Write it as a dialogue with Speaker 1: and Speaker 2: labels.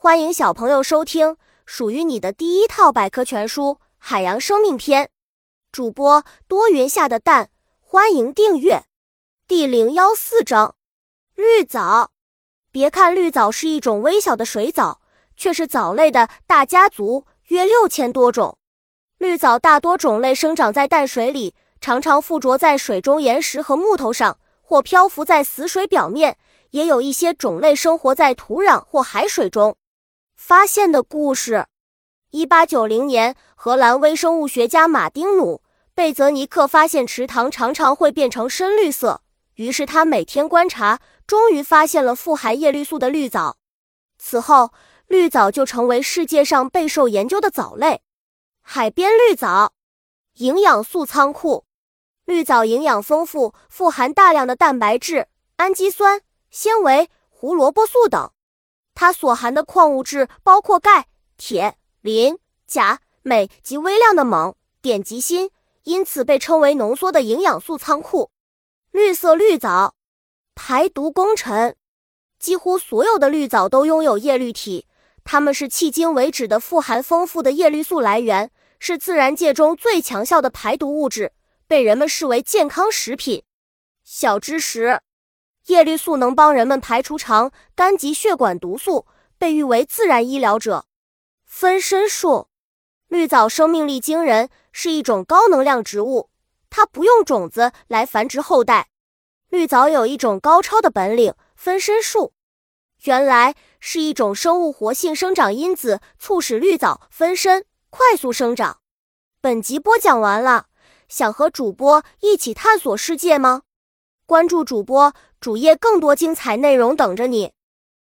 Speaker 1: 欢迎小朋友收听属于你的第一套百科全书《海洋生命篇》，主播多云下的蛋，欢迎订阅。第014章，绿藻。别看绿藻是一种微小的水藻，却是藻类的大家族，约6000多种。绿藻大多种类生长在淡水里，常常附着在水中岩石和木头上，或漂浮在死水表面，也有一些种类生活在土壤或海水中。发现的故事。1890年，荷兰微生物学家马丁努·贝泽尼克发现池塘常常会变成深绿色，于是他每天观察，终于发现了富含叶绿素的绿藻。此后，绿藻就成为世界上备受研究的藻类。海边绿藻。营养素仓库。绿藻营养丰富，富含大量的蛋白质、氨基酸、纤维、胡萝卜素等。它所含的矿物质包括钙、铁、磷、钾、镁及微量的锰、碘及锌，因此被称为浓缩的营养素仓库。绿色绿藻。排毒功臣。几乎所有的绿藻都拥有叶绿体，它们是迄今为止的富含丰富的叶绿素来源，是自然界中最强效的排毒物质，被人们视为健康食品。小知识：叶绿素能帮人们排除肠、肝及血管毒素，被誉为自然医疗者。分身术。绿藻生命力惊人，是一种高能量植物，它不用种子来繁殖后代。绿藻有一种高超的本领，分身术。原来是一种生物活性生长因子，促使绿藻分身，快速生长。本集播讲完了，想和主播一起探索世界吗？关注主播，主页更多精彩内容等着你。